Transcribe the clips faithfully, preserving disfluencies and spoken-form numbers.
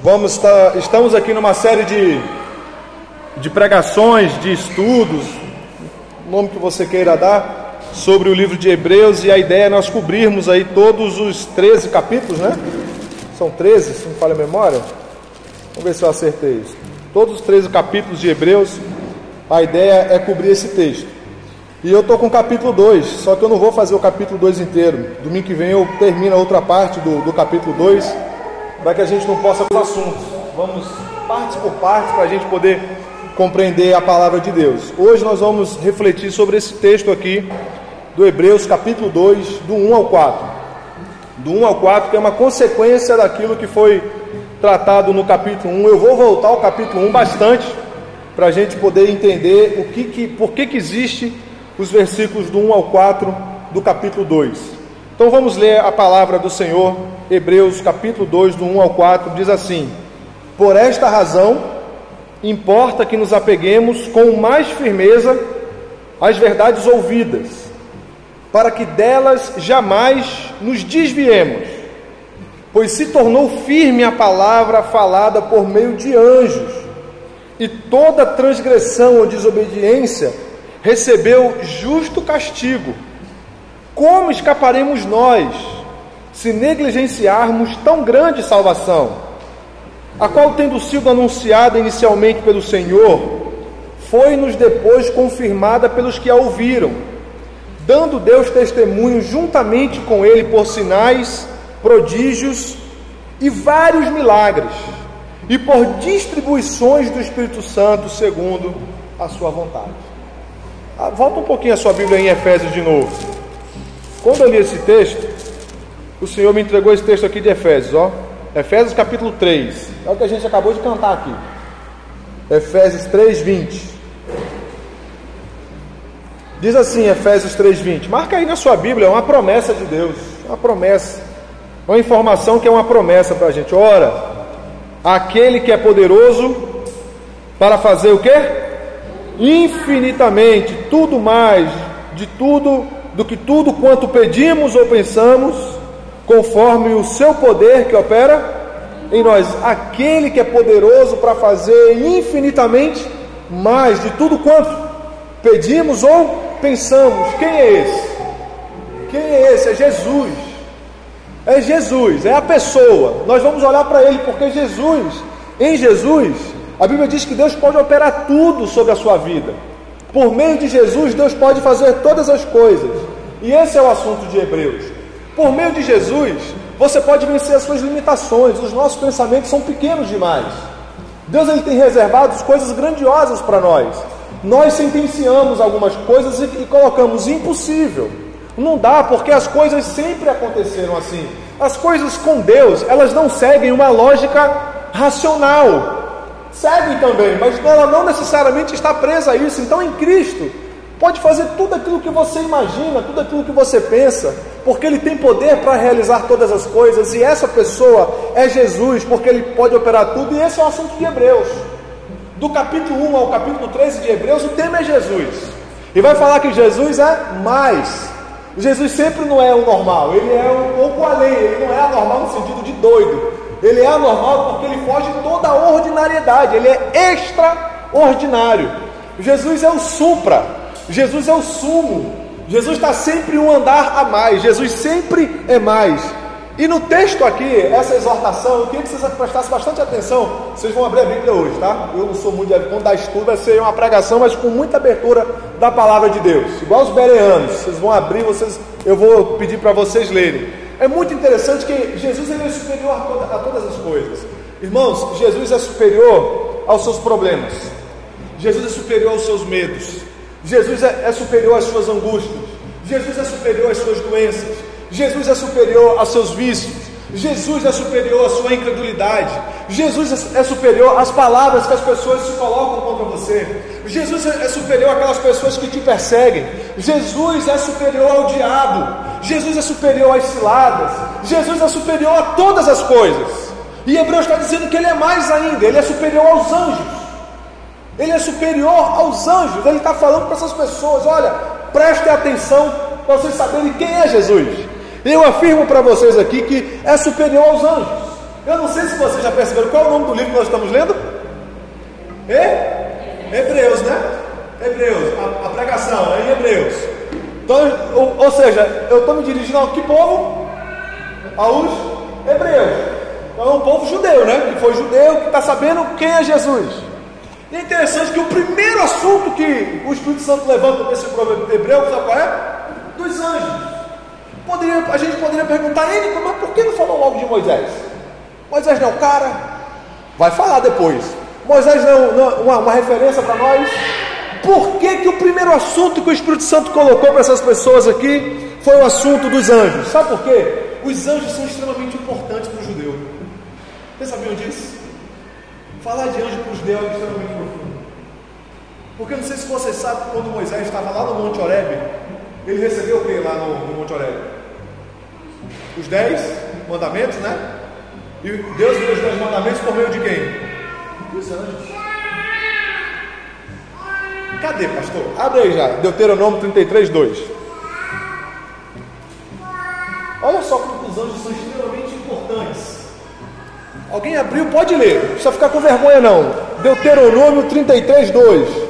Vamos estar, estamos aqui numa série de, de pregações, de estudos, o nome que você queira dar, sobre o livro de Hebreus, e a ideia é nós cobrirmos aí todos os treze capítulos, né? São treze, se não falha a memória. Vamos ver se eu acertei isso. Todos os treze capítulos de Hebreus, a ideia é cobrir esse texto. E eu estou com o capítulo dois, só que eu não vou fazer o capítulo dois inteiro. Domingo que vem eu termino a outra parte do, do capítulo dois, para que a gente não possa os assuntos. Vamos parte por parte para a gente poder compreender a palavra de Deus. Hoje nós vamos refletir sobre esse texto aqui do Hebreus capítulo dois, do um ao quatro. Do um ao quatro, que é uma consequência daquilo que foi tratado no capítulo um. Eu vou voltar ao capítulo um bastante, para a gente poder entender o que que, por que que existe os versículos do um ao quatro do capítulo dois. Então vamos ler a palavra do Senhor. Hebreus capítulo dois, do um ao quatro, diz assim: por esta razão, importa que nos apeguemos com mais firmeza às verdades ouvidas, para que delas jamais nos desviemos, pois se tornou firme a palavra falada por meio de anjos, e toda transgressão ou desobediência recebeu justo castigo. Como escaparemos nós, se negligenciarmos tão grande salvação, a qual, tendo sido anunciada inicialmente pelo Senhor, foi-nos depois confirmada pelos que a ouviram, dando Deus testemunho juntamente com ele por sinais, prodígios e vários milagres, e por distribuições do Espírito Santo segundo a sua vontade. Ah, volta um pouquinho a sua Bíblia em Efésios de novo. Quando eu li esse texto, o Senhor me entregou esse texto aqui de Efésios, ó. Efésios capítulo três, é o que a gente acabou de cantar aqui. Efésios três, vinte. Diz assim, Efésios três, vinte. Marca aí na sua Bíblia, é uma promessa de Deus, uma promessa, uma informação que é uma promessa para a gente. Ora, aquele que é poderoso para fazer o quê? Infinitamente, tudo mais, de tudo, do que tudo quanto pedimos ou pensamos, conforme o seu poder que opera em nós. Aquele que é poderoso para fazer infinitamente mais de tudo quanto pedimos ou pensamos. Quem é esse? Quem é esse? É Jesus. É Jesus, é a pessoa. Nós vamos olhar para ele, porque Jesus, em Jesus, a Bíblia diz que Deus pode operar tudo sobre a sua vida. Por meio de Jesus, Deus pode fazer todas as coisas. E esse é o assunto de Hebreus. Por meio de Jesus, você pode vencer as suas limitações. Os nossos pensamentos são pequenos demais. Deus ele tem reservado coisas grandiosas para nós. Nós sentenciamos algumas coisas e, e colocamos impossível. Não dá, porque as coisas sempre aconteceram assim. As coisas com Deus, elas não seguem uma lógica racional. Seguem também, mas ela não necessariamente está presa a isso. Então, em Cristo, pode fazer tudo aquilo que você imagina, tudo aquilo que você pensa, porque Ele tem poder para realizar todas as coisas, e essa pessoa é Jesus, porque Ele pode operar tudo, e esse é o assunto de Hebreus. Do capítulo um ao capítulo treze de Hebreus, o tema é Jesus, e vai falar que Jesus é mais. Jesus sempre não é o normal, Ele é um pouco além, Ele não é anormal no sentido de doido, Ele é anormal porque Ele foge de toda a ordinariedade, Ele é extraordinário. Jesus é o supra, Jesus é o sumo, Jesus está sempre um andar a mais, Jesus sempre é mais. E no texto aqui, essa exortação, eu queria que vocês prestassem bastante atenção. Vocês vão abrir a Bíblia hoje, tá? Eu não sou muito de quando dá estudo, vai ser uma pregação, mas com muita abertura da palavra de Deus, igual os bereanos. Vocês vão abrir, vocês, eu vou pedir para vocês lerem. É muito interessante que Jesus ele é superior a, toda, a todas as coisas. Irmãos, Jesus é superior aos seus problemas, Jesus é superior aos seus medos, Jesus é, é superior às suas angústias, Jesus é superior às suas doenças, Jesus é superior aos seus vícios, Jesus é superior à sua incredulidade, Jesus é superior às palavras que as pessoas se colocam contra você, Jesus é superior àquelas pessoas que te perseguem, Jesus é superior ao diabo, Jesus é superior às ciladas, Jesus é superior a todas as coisas. E Hebreus está dizendo que Ele é mais ainda, Ele é superior aos anjos, Ele é superior aos anjos. Ele está falando para essas pessoas: olha, prestem atenção para vocês saberem quem é Jesus. Eu afirmo para vocês aqui que é superior aos anjos. Eu não sei se vocês já perceberam qual é o nome do livro que nós estamos lendo. É? Hebreus, né? Hebreus, a, a pregação é em Hebreus. Então, ou, ou seja, eu estou me dirigindo a que povo? Aos hebreus. Então é um povo judeu, né? Que foi judeu, que está sabendo quem é Jesus. E é interessante que o primeiro assunto que o Espírito Santo levanta nesse povo hebreu, sabe qual é? Dos anjos. Poderia, a gente poderia perguntar a ele, mas por que não falou logo de Moisés? Moisés não é o cara? Vai falar depois. Moisés não é uma, uma referência para nós? Por que que o primeiro assunto que o Espírito Santo colocou para essas pessoas aqui foi o assunto dos anjos? Sabe por quê? Os anjos são extremamente importantes para o judeu. Vocês sabiam disso? Falar de anjo para os judeus é extremamente profundo. Porque eu não sei se vocês sabem que quando Moisés estava lá no Monte Horebe, ele recebeu o que lá no, no Monte Horebe? Os dez mandamentos, né? E Deus deu os dez mandamentos por meio de quem? Dos anjos. Cadê, pastor? Abre aí já, Deuteronômio trinta e três, dois. Olha só como os anjos são extremamente importantes. Alguém abriu, pode ler, não precisa ficar com vergonha não. Deuteronômio trinta e três, dois.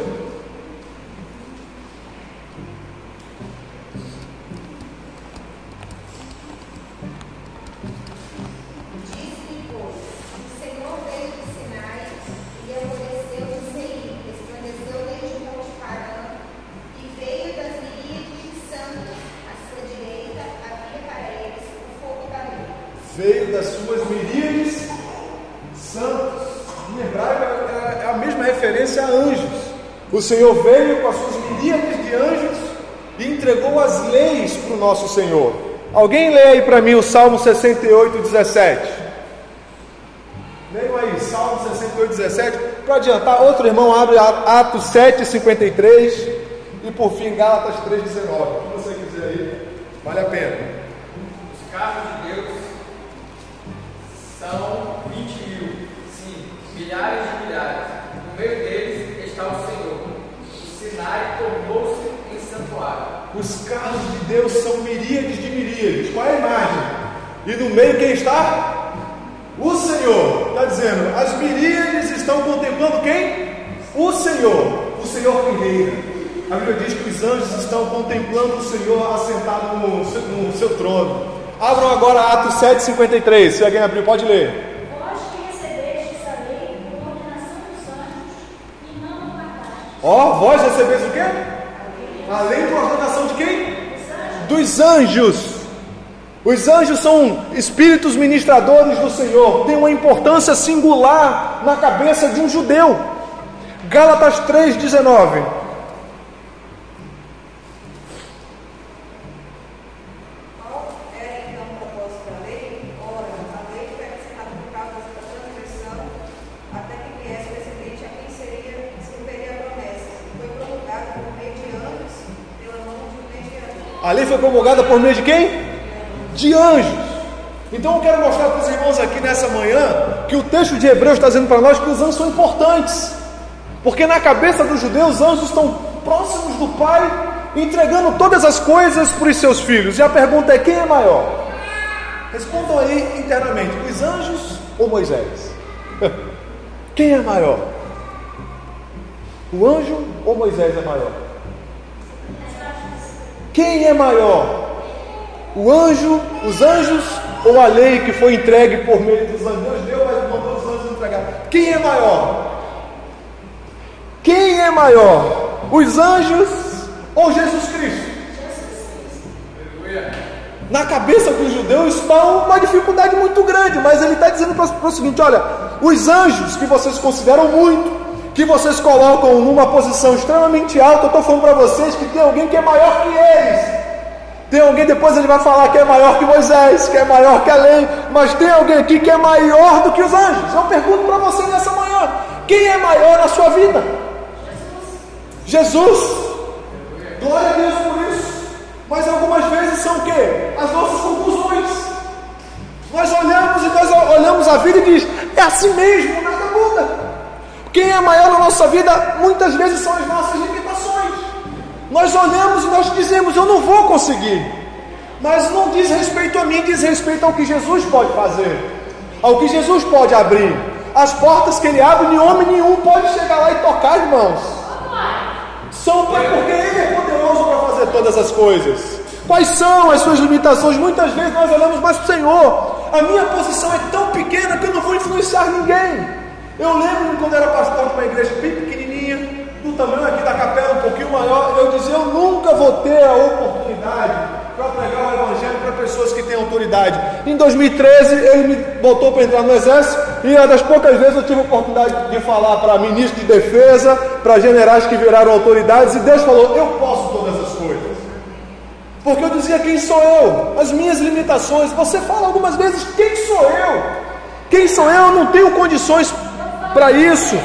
Veio das suas miríades santos. Em hebraico é a mesma referência a anjos. O Senhor veio com as suas miríades de anjos e entregou as leis para o nosso Senhor. Alguém lê aí para mim o Salmo sessenta e oito, dezessete. Leiam aí, Salmo sessenta e oito, dezessete. Para adiantar, outro irmão abre Atos sete, cinquenta e três. E por fim, Gálatas três, dezenove. O que você quiser aí, vale a pena. Os carros de Deus são vinte mil, sim, milhares de milhares. No meio deles está o Senhor. O Sinai tornou-se em santuário. Os carros de Deus são miríades de miríades. Qual é a imagem? E no meio quem está? O Senhor. Está dizendo, as miríades estão contemplando quem? O Senhor. O Senhor que reina. A Bíblia diz que os anjos estão contemplando o Senhor assentado no seu, no seu trono. Abram agora Atos sete, cinquenta e três. Se alguém abrir, pode ler. Vós que recebestes a lei por ordenação dos anjos e não o mataste. Ó, vós recebeis o quê? A lei por ordenação de quem? Dos anjos. Os anjos são espíritos ministradores do Senhor. Tem uma importância singular na cabeça de um judeu. Gálatas três, dezenove. A lei foi promulgada por meio de quem? De anjos. Então eu quero mostrar para os irmãos aqui nessa manhã que o texto de Hebreus está dizendo para nós que os anjos são importantes, porque na cabeça dos judeus os anjos estão próximos do Pai, entregando todas as coisas para os seus filhos. E a pergunta é: quem é maior? Respondam aí internamente: os anjos ou Moisés? Quem é maior? O anjo ou Moisés é maior? Quem é maior? O anjo, os anjos ou a lei que foi entregue por meio dos anjos? Deus deu, mas mandou os anjos entregar. Quem é maior? Quem é maior? Os anjos ou Jesus Cristo? Na cabeça dos judeus está uma dificuldade muito grande, mas ele está dizendo para o seguinte: olha, os anjos que vocês consideram muito, que vocês colocam numa posição extremamente alta, eu estou falando para vocês que tem alguém que é maior que eles. Tem alguém, depois ele vai falar que é maior que Moisés, que é maior que a lei, mas tem alguém aqui que é maior do que os anjos. Eu pergunto para você nessa manhã: quem é maior na sua vida? Jesus. Jesus. Glória a Deus por isso. Mas algumas vezes são o quê? As nossas conclusões. Nós olhamos e nós olhamos a vida e diz: é assim mesmo, nada muda. Quem é maior na nossa vida, muitas vezes são as nossas limitações. Nós olhamos e nós dizemos: eu não vou conseguir. Mas não diz respeito a mim, diz respeito ao que Jesus pode fazer. ao que Jesus pode abrir. As portas que Ele abre, nenhum homem nenhum pode chegar lá e tocar, irmãos. São porque Ele é poderoso para fazer todas as coisas. Quais são as suas limitações? Muitas vezes nós olhamos mais para o Senhor. A minha posição é tão pequena que eu não vou influenciar ninguém. Eu lembro quando eu era pastor de uma igreja bem pequenininha, do tamanho aqui da capela, um pouquinho maior, eu dizia, eu nunca vou ter a oportunidade para pregar o Evangelho para pessoas que têm autoridade. Em dois mil e treze, ele me botou para entrar no exército, e uma das poucas vezes eu tive a oportunidade de falar para ministros de defesa, para generais que viraram autoridades, e Deus falou, eu posso todas as coisas. Porque eu dizia, quem sou eu? As minhas limitações. Você fala algumas vezes, quem sou eu? Quem sou eu? Eu não tenho condições para isso.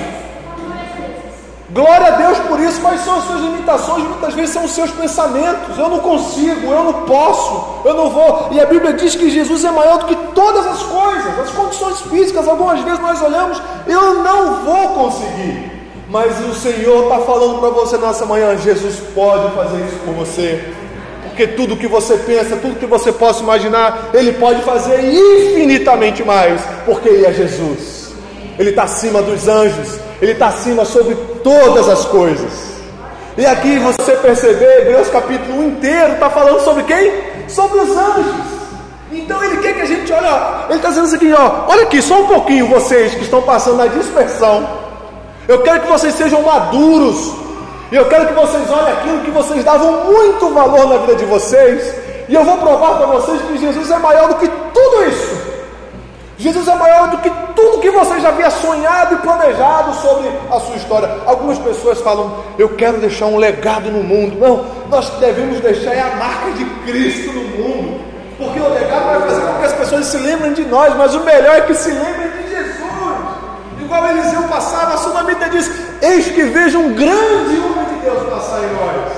Glória a Deus por isso. Quais são as suas limitações? Muitas vezes são os seus pensamentos. Eu não consigo, eu não posso, eu não vou. E a Bíblia diz que Jesus é maior do que todas as coisas. As condições físicas, algumas vezes nós olhamos, eu não vou conseguir. Mas o Senhor está falando para você nessa manhã, Jesus pode fazer isso por você. Porque tudo que você pensa, tudo que você possa imaginar, Ele pode fazer infinitamente mais, porque Ele é Jesus. Ele está acima dos anjos, Ele está acima sobre todas as coisas. E aqui você perceber, Hebreus capítulo um inteiro está falando sobre quem? Sobre os anjos. Então Ele quer que a gente olhe, ó, Ele está dizendo isso aqui, ó, olha aqui, só um pouquinho vocês que estão passando na dispersão. Eu quero que vocês sejam maduros. E eu quero que vocês olhem aquilo que vocês davam muito valor na vida de vocês. E eu vou provar para vocês que Jesus é maior do que tudo isso. Jesus é maior do que tudo que você já havia sonhado e planejado sobre a sua história. Algumas pessoas falam, eu quero deixar um legado no mundo. Não, nós devemos deixar a marca de Cristo no mundo. Porque o legado vai fazer com que as pessoas se lembrem de nós. Mas o melhor é que se lembrem de Jesus. Igual Eliseu passava, a sunamita diz, eis que vejo um grande homem de Deus passar em nós.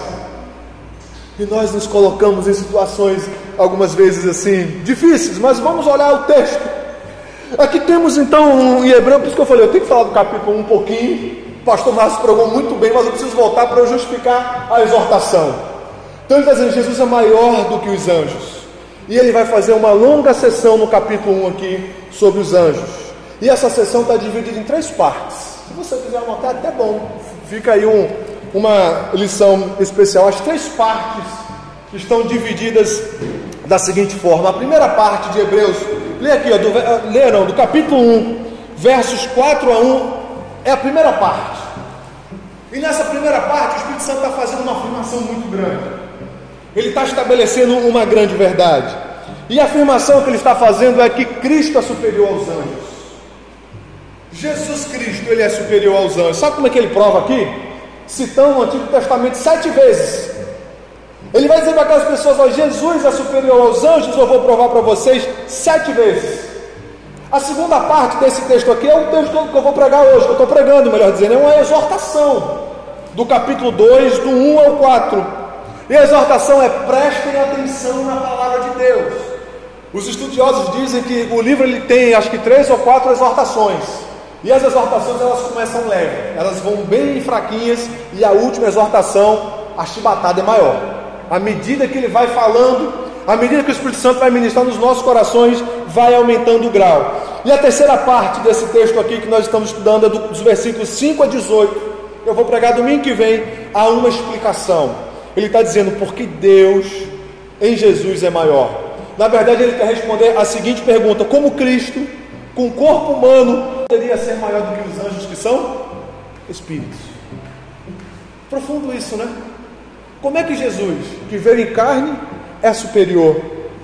E nós nos colocamos em situações, algumas vezes assim, difíceis, mas vamos olhar o texto. Aqui temos então, em Hebreu, por isso que eu falei, eu tenho que falar do capítulo um um pouquinho. O pastor Márcio pregou muito bem, mas eu preciso voltar para eu justificar a exortação. Então ele está dizendo, Jesus é maior do que os anjos. E ele vai fazer uma longa sessão no capítulo um aqui, sobre os anjos. E essa sessão está dividida em três partes. Se você quiser anotar, até bom. Fica aí um, uma lição especial. As três partes estão divididas da seguinte forma. A primeira parte de Hebreus, lê aqui, ó, do, lê não, do capítulo um, versos quatro a um, é a primeira parte. E nessa primeira parte, o Espírito Santo está fazendo uma afirmação muito grande. Ele está estabelecendo uma grande verdade. E a afirmação que ele está fazendo é que Cristo é superior aos anjos. Jesus Cristo, Ele é superior aos anjos. Sabe como é que Ele prova aqui? Citando o Antigo Testamento sete vezes. Ele vai dizer para aquelas pessoas, ó, Jesus é superior aos anjos, eu vou provar para vocês sete vezes. A segunda parte desse texto aqui é o texto que eu vou pregar hoje, que eu estou pregando, melhor dizendo, é uma exortação. Do capítulo dois, do um ao quatro. E a exortação é, prestem atenção na palavra de Deus. Os estudiosos dizem que o livro ele tem, acho que três ou quatro exortações. E as exortações elas começam leve, elas vão bem fraquinhas, e a última exortação, a chibatada é maior. À medida que ele vai falando, à medida que o Espírito Santo vai ministrar nos nossos corações, vai aumentando o grau. E a terceira parte desse texto aqui que nós estamos estudando é dos versículos cinco a dezoito. Eu vou pregar domingo que vem, há uma explicação. Ele está dizendo, porque Deus em Jesus é maior. Na verdade ele quer responder a seguinte pergunta, como Cristo, com corpo humano, poderia ser maior do que os anjos que são espíritos? Profundo isso, né? Como é que Jesus, que veio em carne, é superior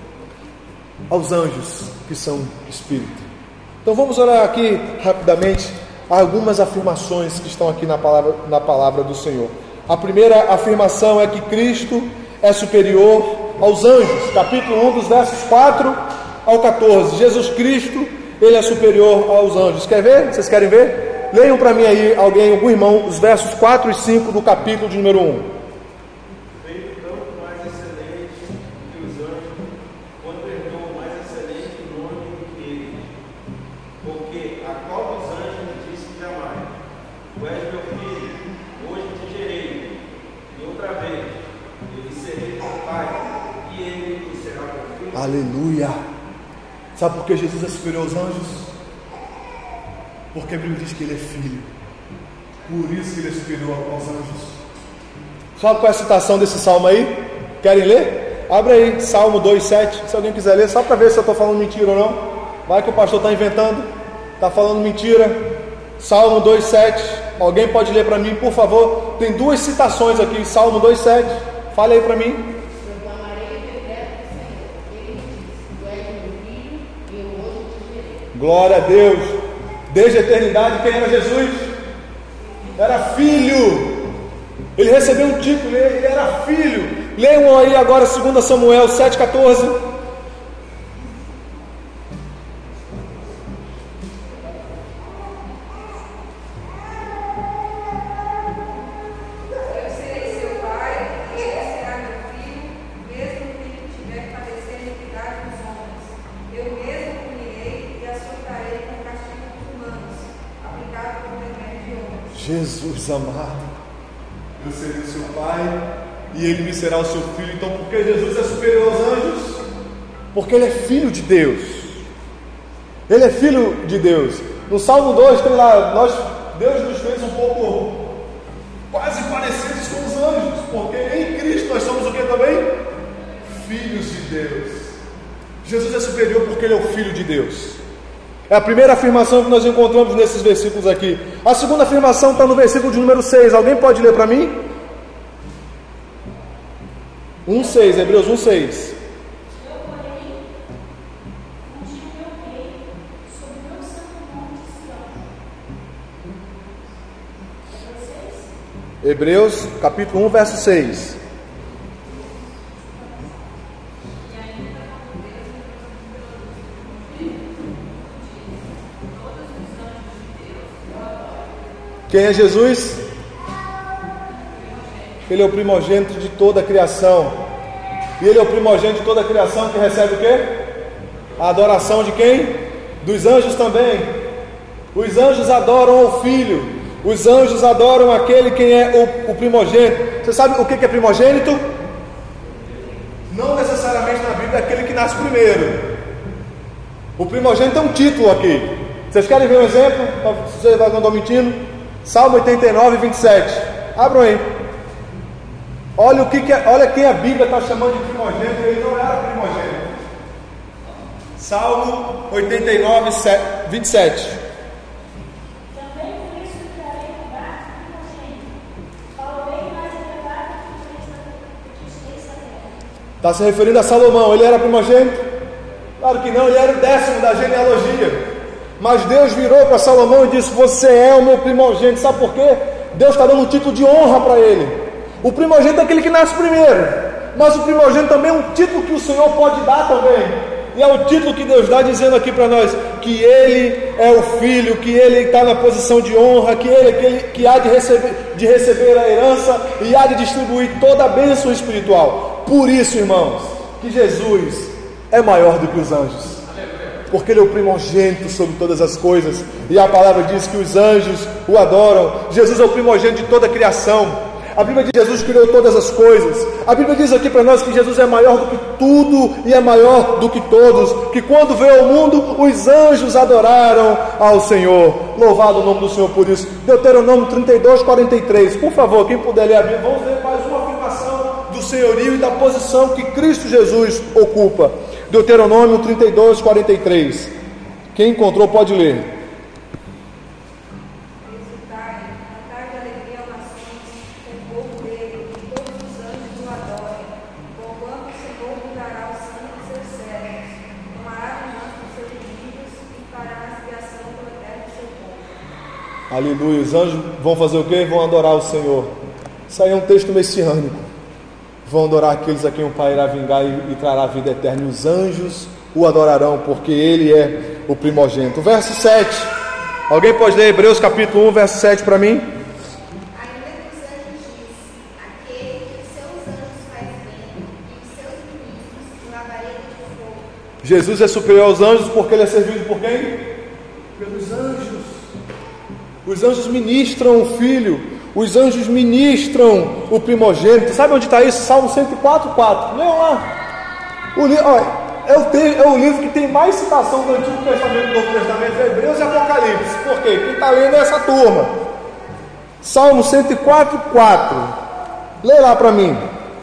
aos anjos que são espírito? Então vamos olhar aqui rapidamente algumas afirmações que estão aqui na palavra, na palavra do Senhor. A primeira afirmação é que Cristo é superior aos anjos, capítulo um, dos versos quatro ao catorze. Jesus Cristo, Ele é superior aos anjos. Quer ver? Vocês querem ver? Leiam para mim aí, alguém, algum irmão, os versos quatro e cinco do capítulo de número um. Veio tanto mais excelente que os anjos, quando herdou mais excelente nome do que ele. Porque a qual dos anjos disse que amai? Tu és meu filho, hoje te gerei. E outra vez, eu lhe serei teu pai, e ele lhe será teu filho. Aleluia! Sabe por que Jesus é superior aos anjos? Porque a Bíblia diz que Ele é Filho. Por isso que Ele é superior aos anjos. Sabe qual é a citação desse salmo aí? Querem ler? Abre aí, Salmo dois, sete. Se alguém quiser ler, só para ver se eu estou falando mentira ou não. Vai que o pastor está inventando, está falando mentira. Salmo dois, sete. Alguém pode ler para mim, por favor? Tem duas citações aqui, Salmo dois, sete. Fale aí para mim. Glória a Deus. Desde a eternidade, quem era Jesus? Era filho. Ele recebeu um título, ele era filho. Leiam aí agora dois Samuel sete, quatorze. Eu serei seu pai, e ele será meu filho, mesmo que ele tiver que padecer a iniquidade dos homens. Eu mesmo punirei e açoitarei com o castigo dos humanos, aplicado por remédio de homens. Jesus amado, eu serei seu pai e ele me será o seu filho. Então, por que Jesus é superior aos anjos? Porque ele é filho de Deus. Ele é filho de Deus. No Salmo dois tem lá, nós, Deus nos fez um pouco quase parecidos com os anjos, porque em Cristo nós somos o que também? Filhos de Deus. Jesus é superior porque ele é o filho de Deus. É a primeira afirmação que nós encontramos nesses versículos aqui. A segunda afirmação está no versículo de número seis. Alguém pode ler para mim? um, seis, Hebreus um, seis. Eu, porém, ungi o meu rei sobre o meu santo monte Sião. Hebreus capítulo um, verso seis. Quem é Jesus? Ele é o primogênito de toda a criação. E ele é o primogênito de toda a criação que recebe o quê? A adoração de quem? Dos anjos também. Os anjos adoram ao Filho. Os anjos adoram aquele quem é o, o primogênito. Você sabe o que é primogênito? Não necessariamente na Bíblia é aquele que nasce primeiro. O primogênito é um título aqui. Vocês querem ver um exemplo? Se vocês não estão mentindo. Salmo oitenta e nove, vinte e sete. Abram aí. Olha, o que que é, olha quem a Bíblia está chamando de primogênito. Ele não era primogênito. Salmo oitenta e nove, vinte e sete. Também por isso lhe darei lugar de primogênito, ao bem mais elevado que os reis da terra. Está se referindo a Salomão. Ele era primogênito? Claro que não, ele era o décimo da genealogia. Mas Deus virou para Salomão e disse: você é o meu primogênito. Sabe por quê? Deus está dando um título de honra para ele. O primogênito é aquele que nasce primeiro, mas o primogênito também é um título que o Senhor pode dar também. E é o título que Deus dá, dizendo aqui para nós que Ele é o Filho, que Ele está na posição de honra, que Ele é aquele que há de receber, de receber a herança e há de distribuir toda a bênção espiritual. Por isso, irmãos, que Jesus é maior do que os anjos, porque Ele é o primogênito sobre todas as coisas. E a palavra diz que os anjos o adoram. Jesus é o primogênito de toda a criação. A Bíblia diz que Jesus criou todas as coisas. A Bíblia diz aqui para nós que Jesus é maior do que tudo e é maior do que todos, que quando veio ao mundo, os anjos adoraram ao Senhor. Louvado o nome do Senhor por isso. Deuteronômio trinta e dois, quarenta e três. Por favor, quem puder ler a Bíblia, vamos ver mais uma afirmação do senhorio e da posição que Cristo Jesus ocupa. Deuteronômio trinta e dois, quarenta e três. Quem encontrou pode ler. Aleluia, os anjos vão fazer o quê? Vão adorar o Senhor. Isso aí é um texto messiânico. Vão adorar aqueles a quem o Pai irá vingar e, e trará a vida eterna. E os anjos o adorarão, porque Ele é o primogênito. Verso sete. Alguém pode ler Hebreus capítulo um, verso sete para mim? Ainda que os anjos dizem, aquele que os seus anjos faz bem, e os seus ministros em labareda de fogo. Jesus é superior aos anjos porque Ele é servido por quem? Pelos anjos. Os anjos ministram o Filho. Os anjos ministram o primogênito. Sabe onde está isso? Salmo cento e quatro, quatro. Leiam lá. O li... Olha, é o, te, é o livro que tem mais citação do Antigo Testamento e do Novo Testamento, é Hebreus e Apocalipse. Por quê? Quem está lendo é essa turma. Salmo cento e quatro, quatro. Lê lá para mim.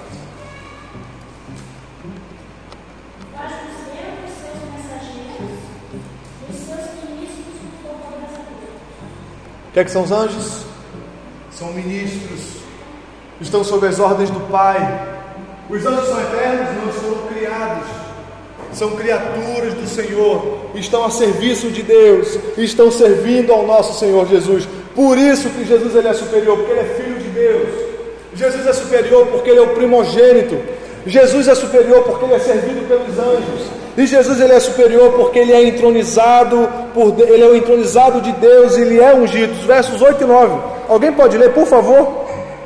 Faz dos ventos seus mensageiros, dos seus ministros por fogo das abelhas. O que é que são os anjos? São ministros. Estão sob as ordens do Pai. Os anjos são eternos? Não, foram criados. São criaturas do Senhor. Estão a serviço de Deus. Estão servindo ao nosso Senhor Jesus. Por isso que Jesus ele é superior, porque Ele é Filho de Deus. Jesus é superior porque Ele é o primogênito. Jesus é superior porque Ele é servido pelos anjos. E Jesus ele é superior porque Ele é entronizado, por, Ele é o entronizado de Deus, Ele é ungido. Os versos oito e nove. Alguém pode ler, por favor?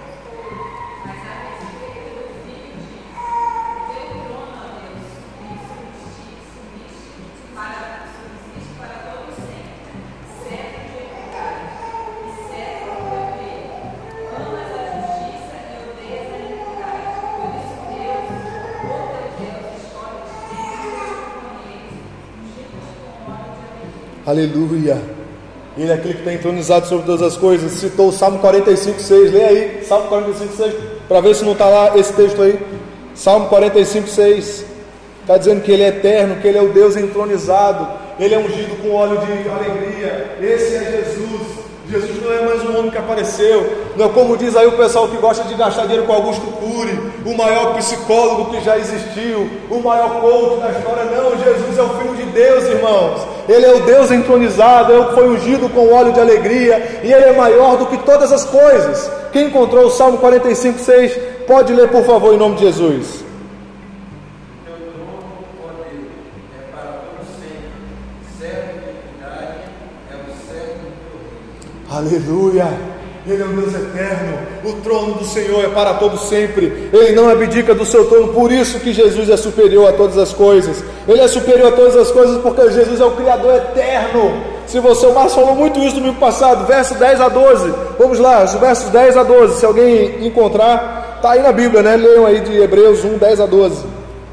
Aleluia. Ele é aquele que está entronizado sobre todas as coisas. Citou o Salmo quarenta e cinco, seis. Lê aí, Salmo quarenta e cinco, seis, para ver se não está lá esse texto aí. Salmo quarenta e cinco, seis. Está dizendo que Ele é eterno, que Ele é o Deus entronizado. Ele é ungido com óleo de alegria. Esse é Jesus. Jesus não é mais um homem que apareceu. Não é como diz aí o pessoal que gosta de gastar dinheiro com Augusto Cury, o maior psicólogo que já existiu, o maior coach da história. Não, Jesus é o Filho de Deus, irmãos. Ele é o Deus entronizado, é o que foi ungido com óleo de alegria, e Ele é maior do que todas as coisas. Quem encontrou o Salmo quarenta e cinco, seis, pode ler, por favor, em nome de Jesus. Teu trono, ó Deus, é para todo sempre, certo de equidade é o certo do teu reino. Aleluia. Ele é um Deus eterno. O trono do Senhor é para todo sempre. Ele não abdica do seu trono. Por isso que Jesus é superior a todas as coisas. Ele é superior a todas as coisas porque Jesus é o Criador eterno. Se você, o Márcio falou muito isso no domingo passado, verso dez a doze. Vamos lá, os versos dez a doze. Se alguém encontrar, está aí na Bíblia, né? Leiam aí de Hebreus um, dez a doze.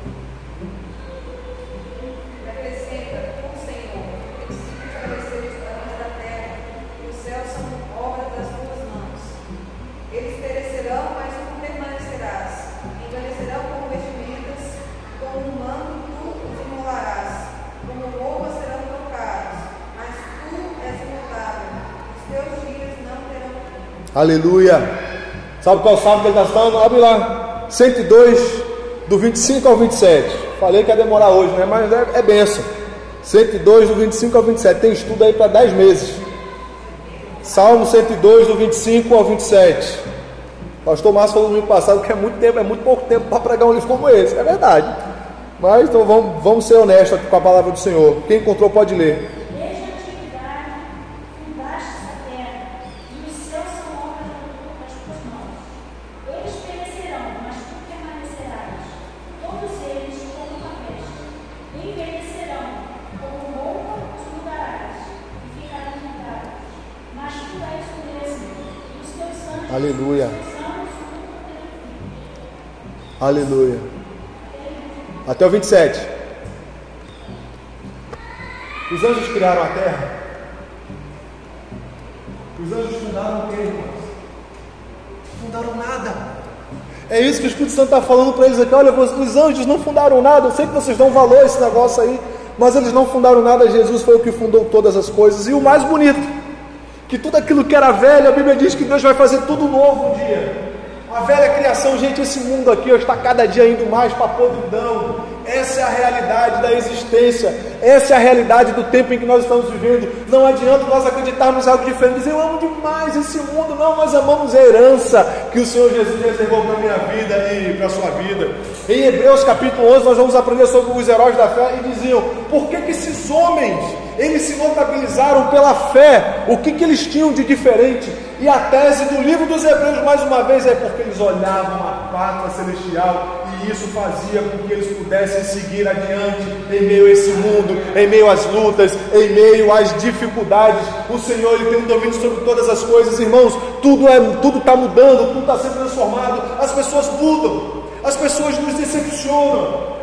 Aleluia. Sabe qual salmo que ele está falando? Abre lá, cento e dois, do vinte e cinco ao vinte e sete. Falei que ia demorar hoje, né? Mas é, é benção. cento e dois, do vinte e cinco ao vinte e sete. Tem estudo aí para dez meses. Salmo cento e dois, do vinte e cinco ao vinte e sete. O pastor Márcio falou no domingo passado que é muito tempo, é muito pouco tempo para pregar um livro como esse. É verdade. Mas então vamos, vamos ser honestos com a palavra do Senhor. Quem encontrou pode ler. Aleluia. Aleluia. Até o vinte e sete. Os anjos criaram a terra. Os anjos fundaram o quê, irmãos? Fundaram nada. É isso que o Espírito Santo está falando para eles aqui. Olha, os anjos não fundaram nada. Eu sei que vocês dão valor a esse negócio aí, mas eles não fundaram nada. Jesus foi o que fundou todas as coisas. E o mais bonito, que tudo aquilo que era velho, a Bíblia diz que Deus vai fazer tudo novo um dia. A velha criação, gente, esse mundo aqui ó, está cada dia indo mais para a podridão. Essa é a realidade da existência. Essa é a realidade do tempo em que nós estamos vivendo. Não adianta nós acreditarmos em algo diferente. Dizer, eu amo demais esse mundo. Não, nós amamos a herança que o Senhor Jesus reservou para a minha vida e para a sua vida. Em Hebreus capítulo onze, nós vamos aprender sobre os heróis da fé. E diziam, por que que esses homens, eles se notabilizaram pela fé? O que que eles tinham de diferente? E a tese do livro dos Hebreus, mais uma vez, é porque eles olhavam a pátria celestial, e isso fazia com que eles pudessem seguir adiante em meio a esse mundo, em meio às lutas, em meio às dificuldades. O Senhor, Ele tem um domínio sobre todas as coisas, irmãos. Tudo é, tudo está mudando, tudo está sendo transformado. As pessoas mudam, as pessoas nos decepcionam.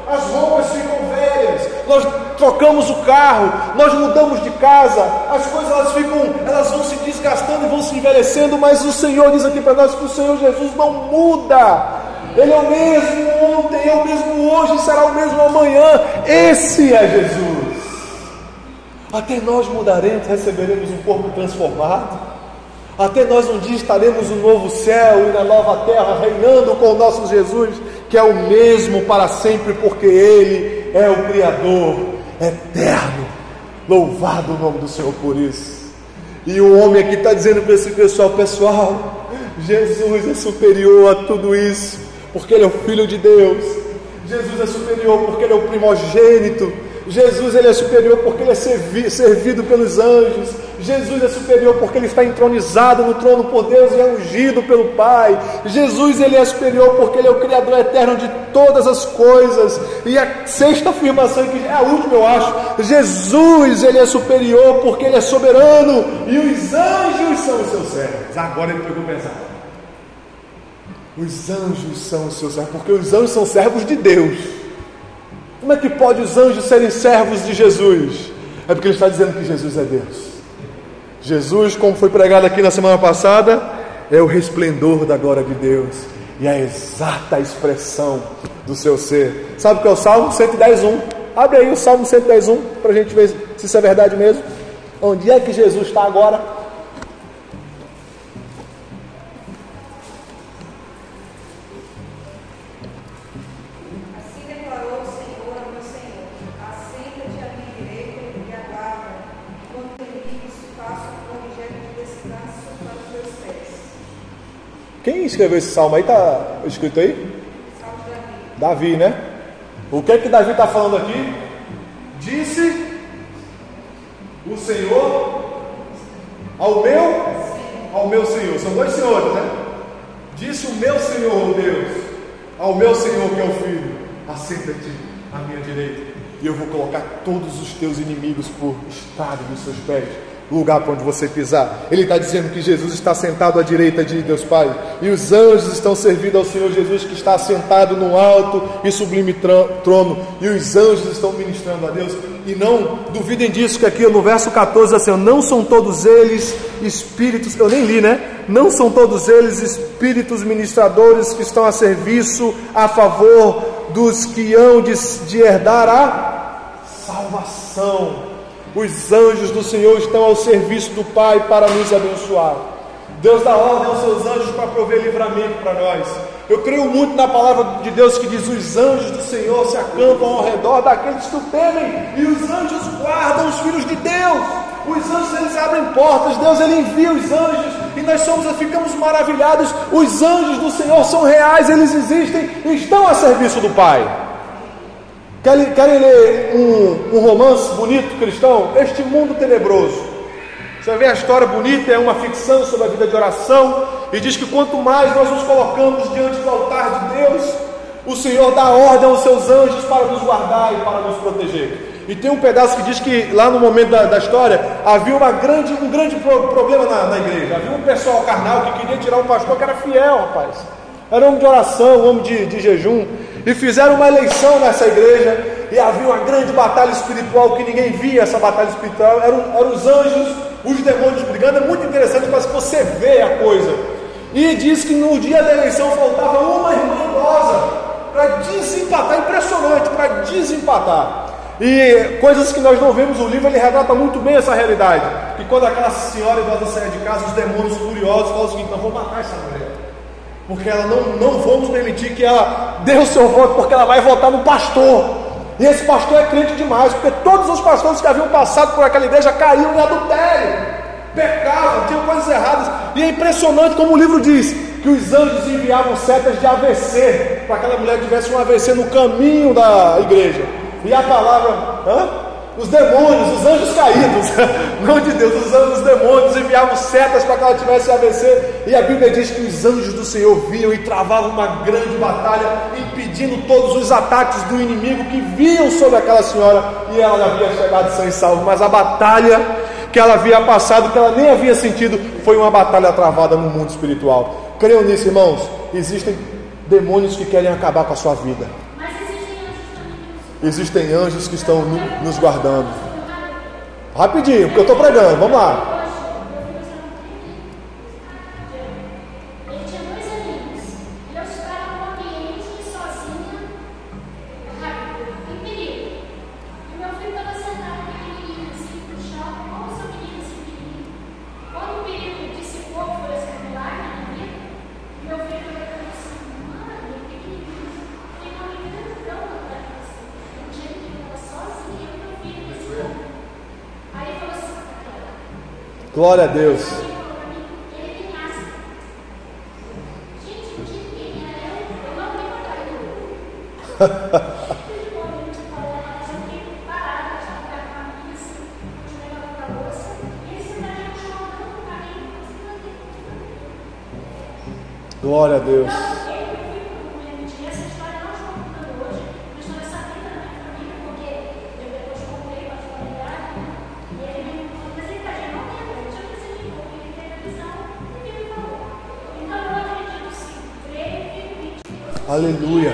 as roupas ficam velhas, nós trocamos o carro, nós mudamos de casa, as coisas elas ficam, elas vão se desgastando e vão se envelhecendo, mas o Senhor diz aqui para nós que o Senhor Jesus não muda. Ele é o mesmo ontem, é o mesmo hoje, será o mesmo amanhã. Esse é Jesus. Até nós mudaremos, receberemos um corpo transformado. Até nós um dia estaremos no novo céu e na nova terra, reinando com o nosso Jesus, que é o mesmo para sempre, porque Ele é o Criador eterno. Louvado o nome do Senhor por isso. E o homem aqui está dizendo para esse pessoal: pessoal, Jesus é superior a tudo isso, porque Ele é o Filho de Deus. Jesus é superior porque Ele é o primogênito. Jesus ele é superior porque Ele é servi- servido pelos anjos. Jesus é superior porque Ele está entronizado no trono por Deus e é ungido pelo Pai. Jesus ele é superior porque Ele é o Criador eterno de todas as coisas. E a sexta afirmação, que é a última eu acho: Jesus ele é superior porque Ele é soberano e os anjos são os seus servos. Agora ele pegou pesado. Os anjos são os seus servos, porque os anjos são servos de Deus. Como é que pode os anjos serem servos de Jesus? É porque ele está dizendo que Jesus é Deus. Jesus, como foi pregado aqui na semana passada, é o resplendor da glória de Deus e a exata expressão do seu ser. Sabe o que é o Salmo cento e dez, um? Abre aí o Salmo cento e dez, um para a gente ver se isso é verdade mesmo. Onde é que Jesus está agora? Quem escreveu esse salmo aí? Está escrito aí? Salmo de Davi. Davi, né? O que é que Davi está falando aqui? Disse o Senhor ao meu, ao meu Senhor. São dois senhores, né? Disse o meu Senhor, oh Deus, ao meu Senhor que é o Filho: assenta-te à minha direita, e eu vou colocar todos os teus inimigos por estrado dos seus pés, lugar para onde você pisar. Ele está dizendo que Jesus está sentado à direita de Deus Pai, e os anjos estão servindo ao Senhor Jesus, que está sentado no alto e sublime trono, e os anjos estão ministrando a Deus. E não duvidem disso, que aqui no verso catorze assim: não são todos eles espíritos, eu nem li, né? Não são todos eles espíritos ministradores que estão a serviço a favor dos que hão de, de herdar a salvação. Os anjos do Senhor estão ao serviço do Pai para nos abençoar. Deus dá ordem aos seus anjos para prover livramento para nós. Eu creio muito na palavra de Deus que diz: os anjos do Senhor se acampam ao redor daqueles que o temem, e os anjos guardam os filhos de Deus. Os anjos eles abrem portas, Deus ele envia os anjos, e nós somos, ficamos maravilhados. Os anjos do Senhor são reais, eles existem e estão a serviço do Pai. Querem, querem ler um, um romance bonito cristão? Este Mundo Tenebroso. Você vê a história bonita, é uma ficção sobre a vida de oração, e diz que quanto mais nós nos colocamos diante do altar de Deus, o Senhor dá ordem aos seus anjos para nos guardar e para nos proteger. E tem um pedaço que diz que lá no momento da, da história havia uma grande, um grande pro, problema na, na igreja. Havia um pessoal carnal que queria tirar um pastor que era fiel, rapaz. Era um homem de oração, um homem de, de jejum. E fizeram uma eleição nessa igreja, e havia uma grande batalha espiritual que ninguém via. Essa batalha espiritual eram, eram os anjos, os demônios brigando. É muito interessante, mas você vê a coisa. E diz que no dia da eleição faltava uma irmã idosa para desempatar. Impressionante, para desempatar. E coisas que nós não vemos no livro, ele retrata muito bem essa realidade. Que quando aquela senhora idosa saia de casa, os demônios furiosos falam o seguinte: não, vou matar essa mulher, porque ela não, não vamos permitir que ela dê o seu voto, porque ela vai votar no pastor. E esse pastor é crente demais, porque todos os pastores que haviam passado por aquela igreja caíram em adultério, pecavam, tinham coisas erradas. E é impressionante como o livro diz que os anjos enviavam setas de A V C, para que aquela mulher tivesse um A V C no caminho da igreja. E a palavra, hã? Os demônios, os anjos caídos, não de Deus, os anjos, os demônios enviavam setas para que ela tivesse A V C. E a Bíblia diz que os anjos do Senhor vinham e travavam uma grande batalha, impedindo todos os ataques do inimigo que vinham sobre aquela senhora. E ela havia chegado sã e salva, mas a batalha que ela havia passado, que ela nem havia sentido, foi uma batalha travada no mundo espiritual. Creiam nisso, irmãos. Existem demônios que querem acabar com a sua vida. Mas existem anjos também existem anjos que estão no, nos guardando. Rapidinho, porque eu estou pregando, vamos lá. Glória a Deus. Glória a Deus. Aleluia.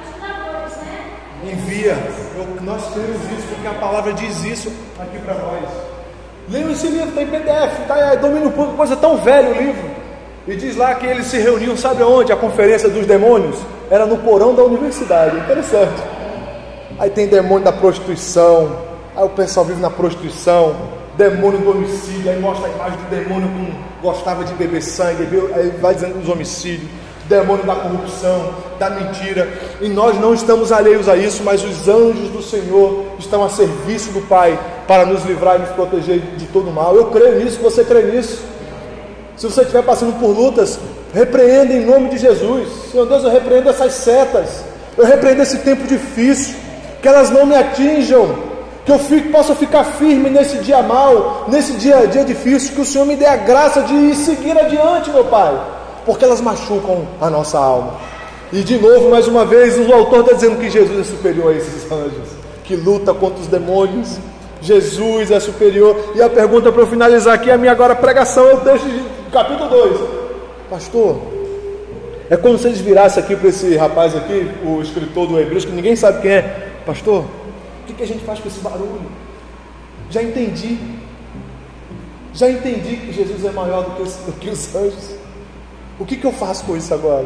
Envia. Eu, nós temos isso, porque a palavra diz isso aqui para nós. Leiam esse livro, está em P D F, está é domínio público, coisa tão velha o livro. E diz lá que eles se reuniam, sabe aonde? A conferência dos demônios era no porão da universidade. Interessante. Aí tem demônio da prostituição. Aí o pessoal vive na prostituição. Demônio do homicídio. Aí mostra a imagem do demônio que gostava de beber sangue. Aí vai dizendo os homicídios. Demônio da corrupção, da mentira. E nós não estamos alheios a isso, mas os anjos do Senhor estão a serviço do Pai para nos livrar e nos proteger de todo mal. Eu creio nisso, você crê nisso? Se você estiver passando por lutas, repreenda em nome de Jesus. Senhor Deus, eu repreendo essas setas, eu repreendo esse tempo difícil, que elas não me atinjam, que eu fique, possa ficar firme nesse dia mau, nesse dia, dia difícil, que o Senhor me dê a graça de seguir adiante, meu Pai, porque elas machucam a nossa alma. E de novo, mais uma vez, o autor está dizendo que Jesus é superior a esses anjos, que luta contra os demônios. Jesus é superior. E a pergunta para eu finalizar aqui, a minha agora pregação, é o texto de capítulo dois. Pastor, é como se eles virassem aqui para esse rapaz aqui, o escritor do Hebreus, que ninguém sabe quem é. Pastor, o que, que a gente faz com esse barulho? Já entendi. Já entendi que Jesus é maior do que os, do que os anjos. O que, que eu faço com isso agora?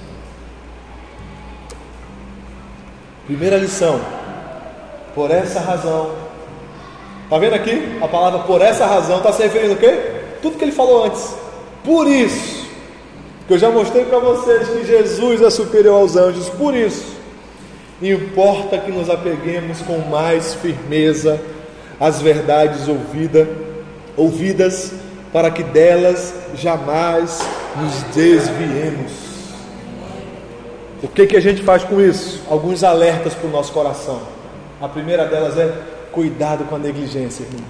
Primeira lição. Por essa razão. Está vendo aqui? A palavra por essa razão está se referindo a quê? Tudo que ele falou antes. Por isso, que eu já mostrei para vocês que Jesus é superior aos anjos. Por isso, importa que nos apeguemos com mais firmeza às verdades ouvida, ouvidas, para que delas jamais nos desviemos. O que, que a gente faz com isso? Alguns alertas para o nosso coração. A primeira delas é: cuidado com a negligência, irmãos.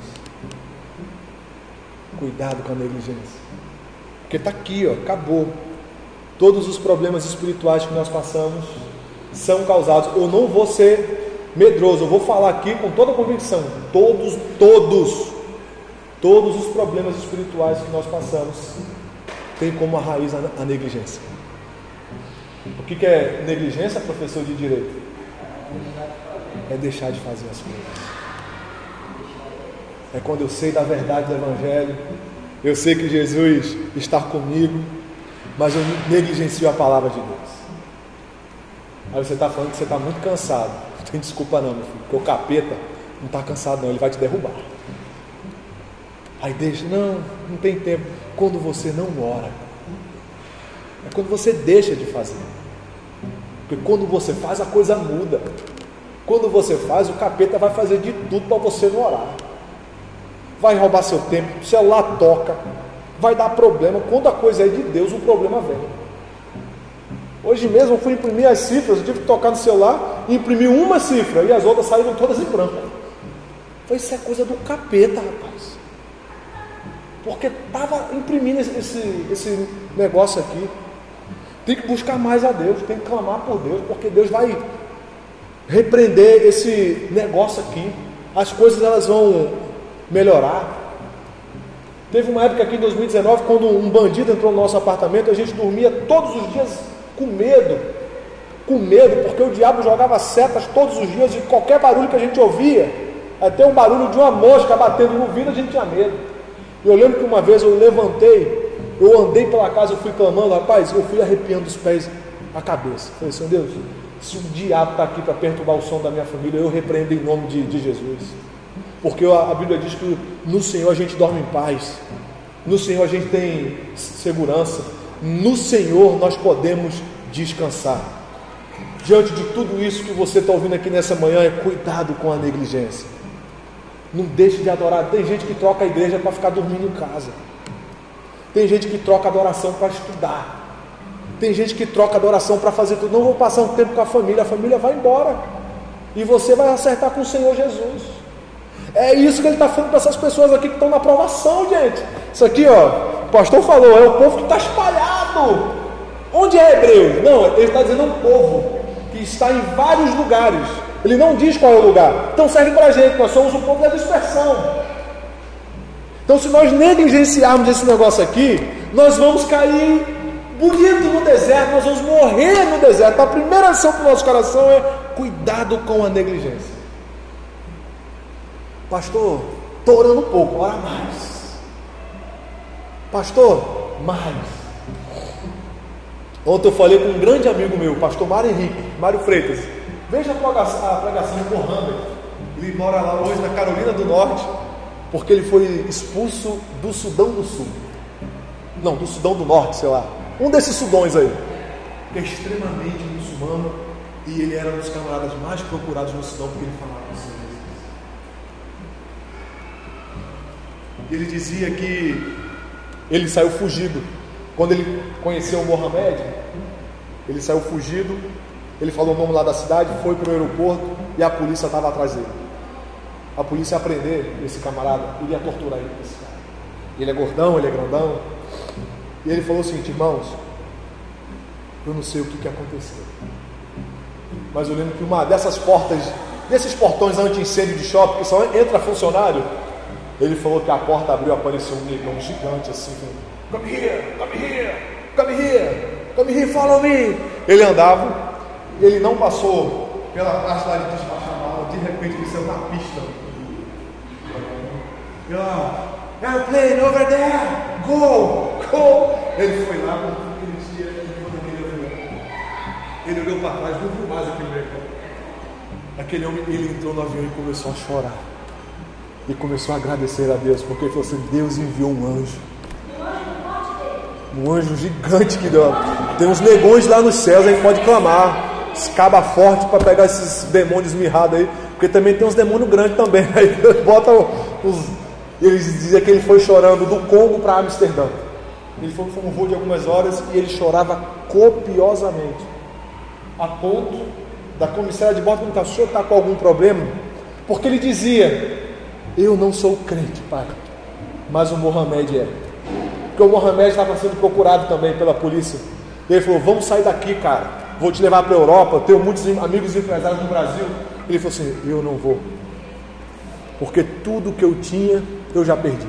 Cuidado com a negligência. Porque está aqui, ó, acabou. Todos os problemas espirituais que nós passamos são causados. Eu não vou ser medroso, eu vou falar aqui com toda a convicção. Todos, todos, todos os problemas espirituais que nós passamos têm como a raiz a, a negligência. O que, que é negligência, professor de direito? É deixar de fazer as coisas. É quando eu sei da verdade do Evangelho, eu sei que Jesus está comigo, mas eu negligencio a palavra de Deus. Aí você está falando que você está muito cansado. Não tem desculpa não, meu filho, porque o capeta não está cansado não, ele vai te derrubar. Aí deixa, não, não tem tempo. Quando você não ora, é quando você deixa de fazer. Porque quando você faz, a coisa muda. Quando você faz, o capeta vai fazer de tudo para você não orar. Vai roubar seu tempo, o celular toca, vai dar problema. Quando a coisa é de Deus, o problema vem. Hoje mesmo eu fui imprimir as cifras, eu tive que tocar no celular e imprimir uma cifra, e as outras saíram todas em branco. Falei, isso é coisa do capeta, rapaz. Porque estava imprimindo esse, esse, esse negócio aqui. Tem que buscar mais a Deus, tem que clamar por Deus, porque Deus vai repreender esse negócio aqui. As coisas elas vão melhorar. Teve uma época aqui em dois mil e dezenove, quando um bandido entrou no nosso apartamento, a gente dormia todos os dias com medo. com medo, porque o diabo jogava setas todos os dias, e qualquer barulho que a gente ouvia, até um barulho de uma mosca batendo no vidro, a gente tinha medo. Eu lembro que uma vez eu levantei, eu andei pela casa, eu fui clamando, rapaz, eu fui arrepiando os pés, a cabeça. Falei, Senhor Deus, se o diabo está aqui para perturbar o som da minha família, eu repreendo em nome de, de Jesus. Porque a, a Bíblia diz que no Senhor a gente dorme em paz, no Senhor a gente tem segurança, no Senhor nós podemos descansar. Diante de tudo isso que você está ouvindo aqui nessa manhã, é cuidado com a negligência. Não deixe de adorar. Tem gente que troca a igreja para ficar dormindo em casa. Tem gente que troca adoração para estudar. Tem gente que troca adoração para fazer tudo. Não vou passar um tempo com a família. A família vai embora. E você vai acertar com o Senhor Jesus. É isso que ele está falando para essas pessoas aqui que estão na provação, gente. Isso aqui, ó, o pastor falou, é o povo que está espalhado. Onde é Hebreus? Não, ele está dizendo um povo que está em vários lugares. Ele não diz qual é o lugar. Então serve para a gente, nós somos o povo da dispersão. Então se nós negligenciarmos esse negócio aqui, nós vamos cair bonito no deserto, nós vamos morrer no deserto. Então, a primeira ação para o nosso coração é cuidado com a negligência. Pastor, estou orando um pouco, ora mais. Pastor, mais. Ontem eu falei com um grande amigo meu, pastor Mário Henrique, Mário Freitas. Veja a pregação de Mohammed. Ele mora lá hoje na Carolina do Norte, porque ele foi expulso do Sudão do Sul. Não, do Sudão do Norte, sei lá. Um desses Sudões aí, que é extremamente muçulmano, e ele era um dos camaradas mais procurados no Sudão, porque ele falava assim. Ele dizia que ele saiu fugido. Quando ele conheceu o Mohammed, ele saiu fugido. Ele falou o nome lá da cidade, foi para o aeroporto e a polícia estava atrás dele. A polícia ia prender esse camarada, iria torturar ele. Esse cara. Ele é gordão, ele é grandão. E ele falou o seguinte, irmãos, eu não sei o que, que aconteceu, mas eu lembro que uma dessas portas, desses portões anti-incêndio de shopping, que só entra funcionário, ele falou que a porta abriu, apareceu um negão gigante assim, come here, come here, come here, come here, follow me. Ele andava, ele não passou pela parte lá de despachar, de repente ele saiu na pista. Airplane over there, go, go. Ele foi lá com tudo que ele tinha, ele, ele olhou para trás, não viu mais aquele negão. Aquele homem, ele entrou no avião e começou a chorar. E começou a agradecer a Deus, porque ele falou assim, Deus enviou um anjo. Um anjo gigante que deu. Tem uns negões lá nos céus, a gente pode clamar. Escaba forte para pegar esses demônios mirrados aí, porque também tem uns demônios grandes também. Aí bota os. Eles diziam que ele foi chorando do Congo para Amsterdã. Ele foi, foi um voo de algumas horas e ele chorava copiosamente, a ponto da comissária de bordo perguntar: o senhor está com algum problema? Porque ele dizia: eu não sou crente, pai, mas o Mohammed é. Porque o Mohammed estava sendo procurado também pela polícia. E ele falou: vamos sair daqui, cara, vou te levar para a Europa, eu tenho muitos amigos empresários no Brasil. Ele falou assim: eu não vou, porque tudo que eu tinha eu já perdi.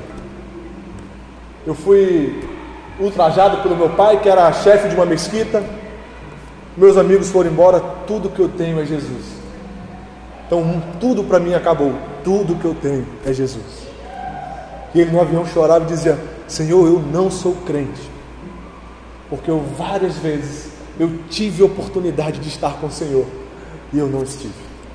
Eu fui ultrajado pelo meu pai, que era chefe de uma mesquita. Meus amigos foram embora, tudo que eu tenho é Jesus. Então tudo para mim acabou, tudo que eu tenho é Jesus. E ele no avião chorava e dizia: Senhor, eu não sou crente, porque eu várias vezes eu tive oportunidade de estar com o Senhor e eu não estive.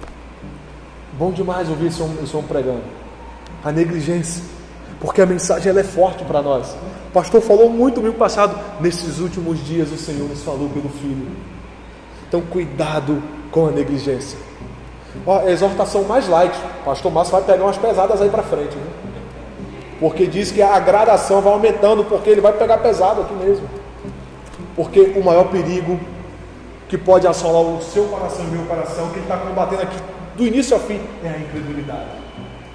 Bom demais ouvir esse homem, esse homem pregando. A negligência, porque a mensagem ela é forte para nós. O pastor falou muito domingo passado: nesses últimos dias o Senhor nos falou pelo Filho. Então cuidado com a negligência. Ó, a exortação mais light, o pastor Márcio vai pegar umas pesadas aí para frente, né? Porque diz que a gradação vai aumentando, porque ele vai pegar pesado aqui mesmo. Porque o maior perigo que pode assolar o seu coração e o meu coração, que ele está combatendo aqui do início ao fim, é a incredulidade.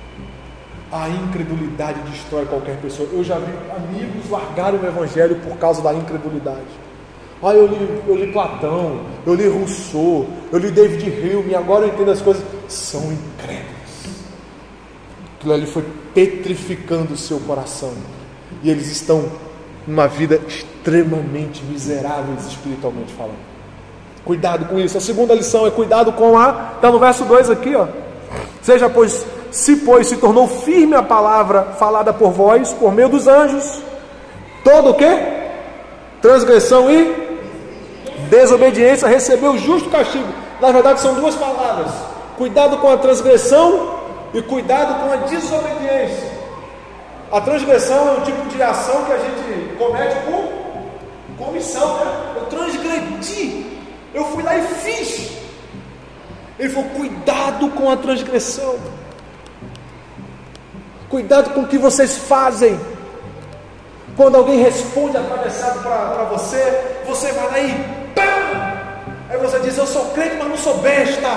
A incredulidade destrói qualquer pessoa. Eu já vi amigos largarem o evangelho por causa da incredulidade. Ah, eu li, eu li Platão, eu li Rousseau, eu li David Hume, agora eu entendo as coisas. São incrédulos. Aquilo ali foi petrificando o seu coração. E eles estão numa vida extremamente miseráveis, espiritualmente falando. Cuidado com isso. A segunda lição é cuidado com a... Está no verso dois aqui, ó. Seja, pois, se pois se tornou firme a palavra falada por vós, por meio dos anjos, todo o quê? Transgressão e desobediência recebeu justo castigo. Na verdade são duas palavras: cuidado com a transgressão e cuidado com a desobediência. A transgressão é um tipo de ação que a gente comete com comissão, né? Eu transgredi, eu fui lá e fiz. Ele falou: cuidado com a transgressão, cuidado com o que vocês fazem. Quando alguém responde atravessado para você, você vai lá e pam! Aí você diz: eu sou crente, mas não sou besta.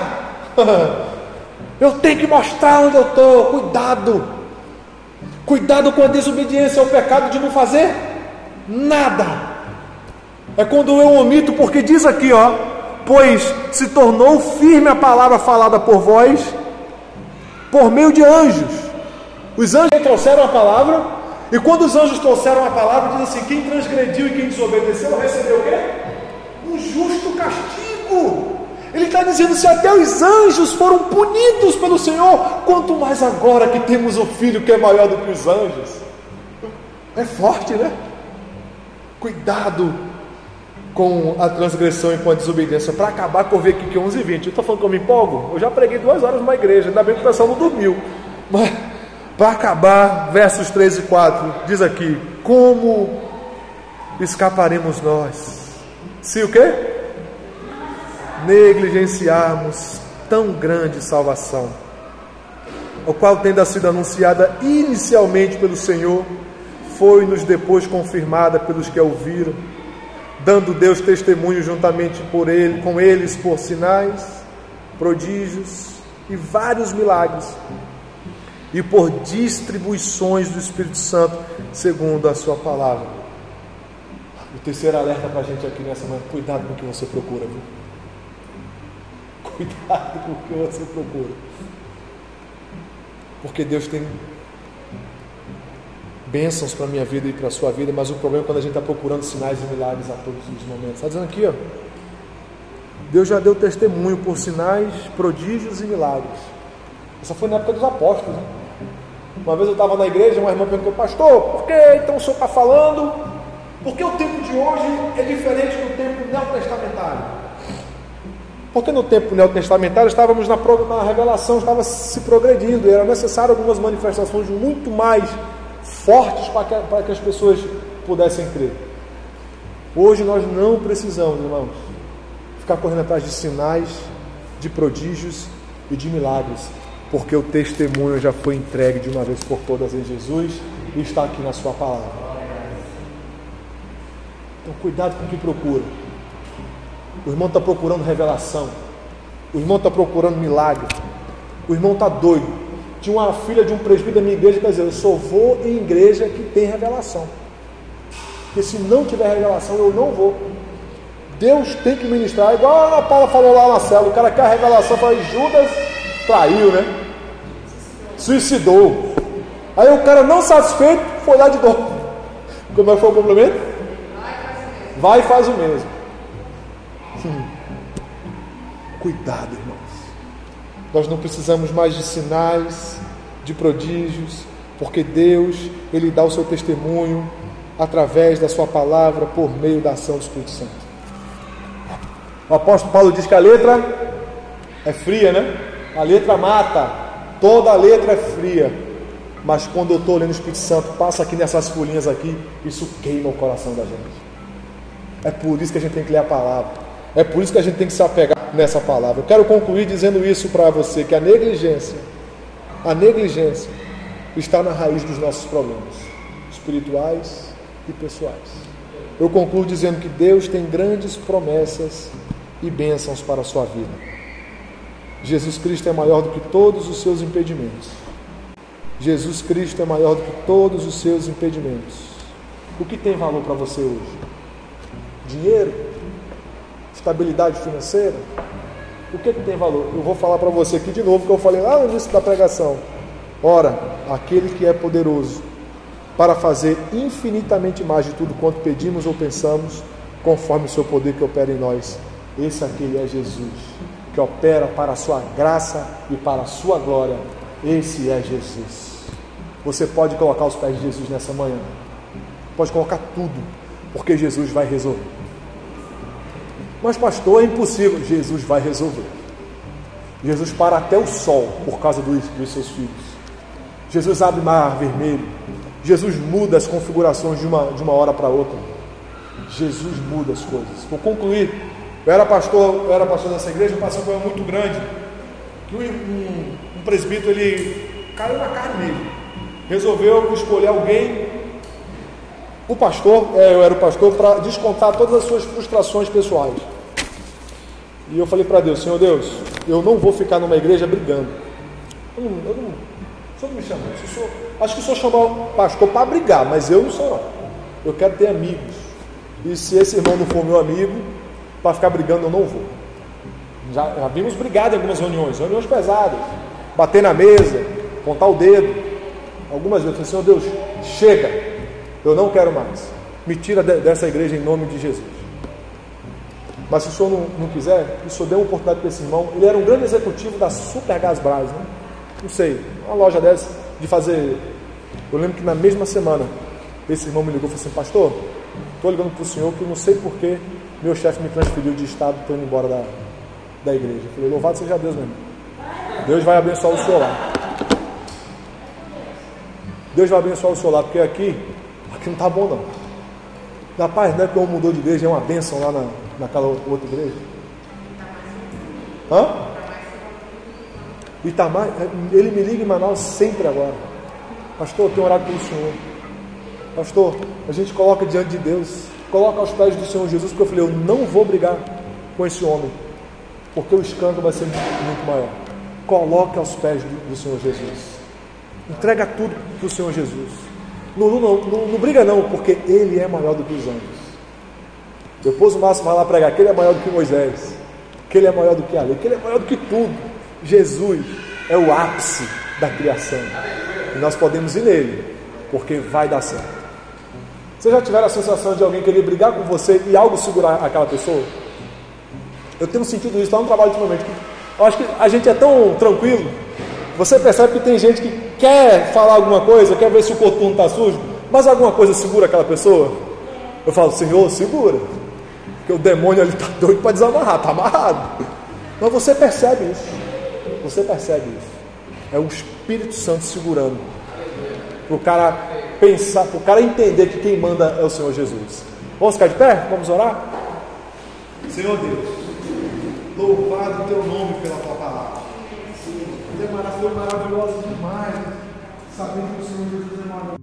Eu tenho que mostrar onde eu estou. Cuidado. Cuidado com a desobediência ao pecado de não fazer nada. É quando eu omito, porque diz aqui, ó, pois se tornou firme a palavra falada por vós, por meio de anjos. Os anjos trouxeram a palavra, e quando os anjos trouxeram a palavra, diz assim: quem transgrediu e quem desobedeceu recebeu o quê? Um justo castigo. Ele está dizendo: se até os anjos foram punidos pelo Senhor, quanto mais agora que temos o Filho que é maior do que os anjos. É forte, né? Cuidado com a transgressão e com a desobediência. Para acabar com o V aqui que é onze e vinte. Eu estou falando que eu me empolgo? Eu já preguei duas horas numa igreja, ainda bem que o pessoal não dormiu. Mas para acabar, versos três e quatro, diz aqui: como escaparemos nós, se o quê? Negligenciarmos tão grande salvação, o qual, tendo sido anunciada inicialmente pelo Senhor, foi-nos depois confirmada pelos que a ouviram, dando Deus testemunho juntamente por ele, com eles por sinais, prodígios e vários milagres, e por distribuições do Espírito Santo, segundo a sua palavra. O terceiro alerta para a gente aqui nessa manhã: cuidado com o que você procura, viu? Cuidado com o que você procura, porque Deus tem bênçãos para a minha vida e para a sua vida, mas o problema é quando a gente está procurando sinais e milagres a todos os momentos. Está dizendo aqui, ó, Deus já deu testemunho por sinais, prodígios e milagres. Essa foi na época dos apóstolos, né? Uma vez eu estava na igreja, uma irmã perguntou: pastor, por que então o senhor está falando? Porque o tempo de hoje é diferente do tempo neotestamentário. Porque no tempo neotestamentário estávamos na, na revelação, estava se progredindo, e era necessário algumas manifestações muito mais fortes para que, para que as pessoas pudessem crer. Hoje nós não precisamos, irmãos, ficar correndo atrás de sinais, de prodígios e de milagres, porque o testemunho já foi entregue de uma vez por todas em Jesus e está aqui na sua palavra. Então cuidado com o que procura. O irmão está procurando revelação, o irmão está procurando milagre, o irmão está doido. Tinha uma filha de um presbítero da minha igreja que dizia: eu só vou em igreja que tem revelação, porque se não tiver revelação eu não vou. Deus tem que ministrar, igual a Ana Paula falou lá na cela: o cara quer a revelação, fala, Judas traiu, né? Suicidou. Aí o cara, não satisfeito, foi lá de novo. Como é que foi o complemento? Vai e faz o mesmo. Hum. Cuidado, irmãos. Nós não precisamos mais de sinais, de prodígios, porque Deus, Ele dá o seu testemunho através da sua palavra, por meio da ação do Espírito Santo. O apóstolo Paulo diz que a letra é fria, né? A letra mata, toda a letra é fria, mas quando eu estou lendo o Espírito Santo, passa aqui nessas folhinhas aqui, isso queima o coração da gente. É por isso que a gente tem que ler a palavra. É por isso que a gente tem que se apegar nessa palavra. Eu quero concluir dizendo isso para você, que a negligência, a negligência está na raiz dos nossos problemas, espirituais e pessoais. Eu concluo dizendo que Deus tem grandes promessas e bênçãos para a sua vida. Jesus Cristo é maior do que todos os seus impedimentos. Jesus Cristo é maior do que todos os seus impedimentos. O que tem valor para você hoje? Dinheiro? Estabilidade financeira? O que, que tem valor? Eu vou falar para você aqui de novo, que eu falei lá no início da pregação. Ora, aquele que é poderoso para fazer infinitamente mais de tudo quanto pedimos ou pensamos, conforme o seu poder que opera em nós. Esse aquele é Jesus, que opera para a sua graça e para a sua glória. Esse é Jesus. Você pode colocar os pés de Jesus nessa manhã. Pode colocar tudo, porque Jesus vai resolver. Mas pastor, é impossível. Jesus vai resolver. Jesus para até o sol por causa dos, dos seus filhos. Jesus abre mar vermelho. Jesus muda as configurações de uma, de uma hora para outra. Jesus muda as coisas. Vou concluir. Eu era pastor, eu era pastor dessa igreja, eu passei um problema muito grande. Que um, um, um presbítero, ele caiu na carne dele. Resolveu escolher alguém, o pastor, é, eu era o pastor, para descontar todas as suas frustrações pessoais. E eu falei para Deus, Senhor Deus, eu não vou ficar numa igreja brigando. Eu não, eu não, o senhor não me chamou. O senhor, acho que o senhor chamou o pastor para brigar, mas eu não sou não. Eu quero ter amigos. E se esse irmão não for meu amigo, para ficar brigando eu não vou. Já, já vimos brigar em algumas reuniões, reuniões pesadas, bater na mesa, contar o dedo. Algumas vezes eu falei, Senhor Deus, chega, eu não quero mais. Me tira de, dessa igreja em nome de Jesus. Mas se o senhor não, não quiser, o senhor deu uma oportunidade para esse irmão. Ele era um grande executivo da Super Gás Brás, né? Não sei, uma loja dessa de fazer. Eu lembro que na mesma semana esse irmão me ligou e falou assim, pastor, estou ligando para o senhor que eu não sei porque meu chefe me transferiu de estado, estou indo embora da, da igreja. Eu falei, louvado seja Deus, meu irmão. Deus vai abençoar o senhor lá. Deus vai abençoar o senhor lá, porque aqui, aqui não está bom não. Rapaz, não é porque um mudou de igreja, é uma bênção lá na, naquela outra igreja. Hã? Itamar, ele me liga em Manaus sempre agora. Pastor, eu tenho orado pelo senhor. Pastor, a gente coloca diante de Deus, coloca aos pés do Senhor Jesus, porque eu falei, eu não vou brigar com esse homem, porque o escândalo vai ser muito maior. Coloca aos pés do, do Senhor Jesus. Entrega tudo para o Senhor Jesus. Não, não, não, não briga não, porque Ele é maior do que os anjos. Depois o Márcio vai lá pregar que Ele é maior do que Moisés, que Ele é maior do que a lei, que Ele é maior do que tudo. Jesus é o ápice da criação. E nós podemos ir nele, porque vai dar certo. Vocês já tiveram a sensação de alguém querer brigar com você e algo segurar aquela pessoa? Eu tenho sentido isso, está no trabalho ultimamente. Eu acho que a gente é tão tranquilo. Você percebe que tem gente que quer falar alguma coisa, quer ver se o coturno está sujo, mas alguma coisa segura aquela pessoa. Eu falo, Senhor, segura. Porque o demônio ali está doido para desamarrar, está amarrado. Mas você percebe isso. Você percebe isso. É o Espírito Santo segurando. Para o cara pensar, para o cara entender que quem manda é o Senhor Jesus. Vamos ficar de pé? Vamos orar? Senhor Deus, louvado o teu nome pela tua palavra. Foi maravilhoso demais, sabendo que o Senhor Jesus é maravilhoso.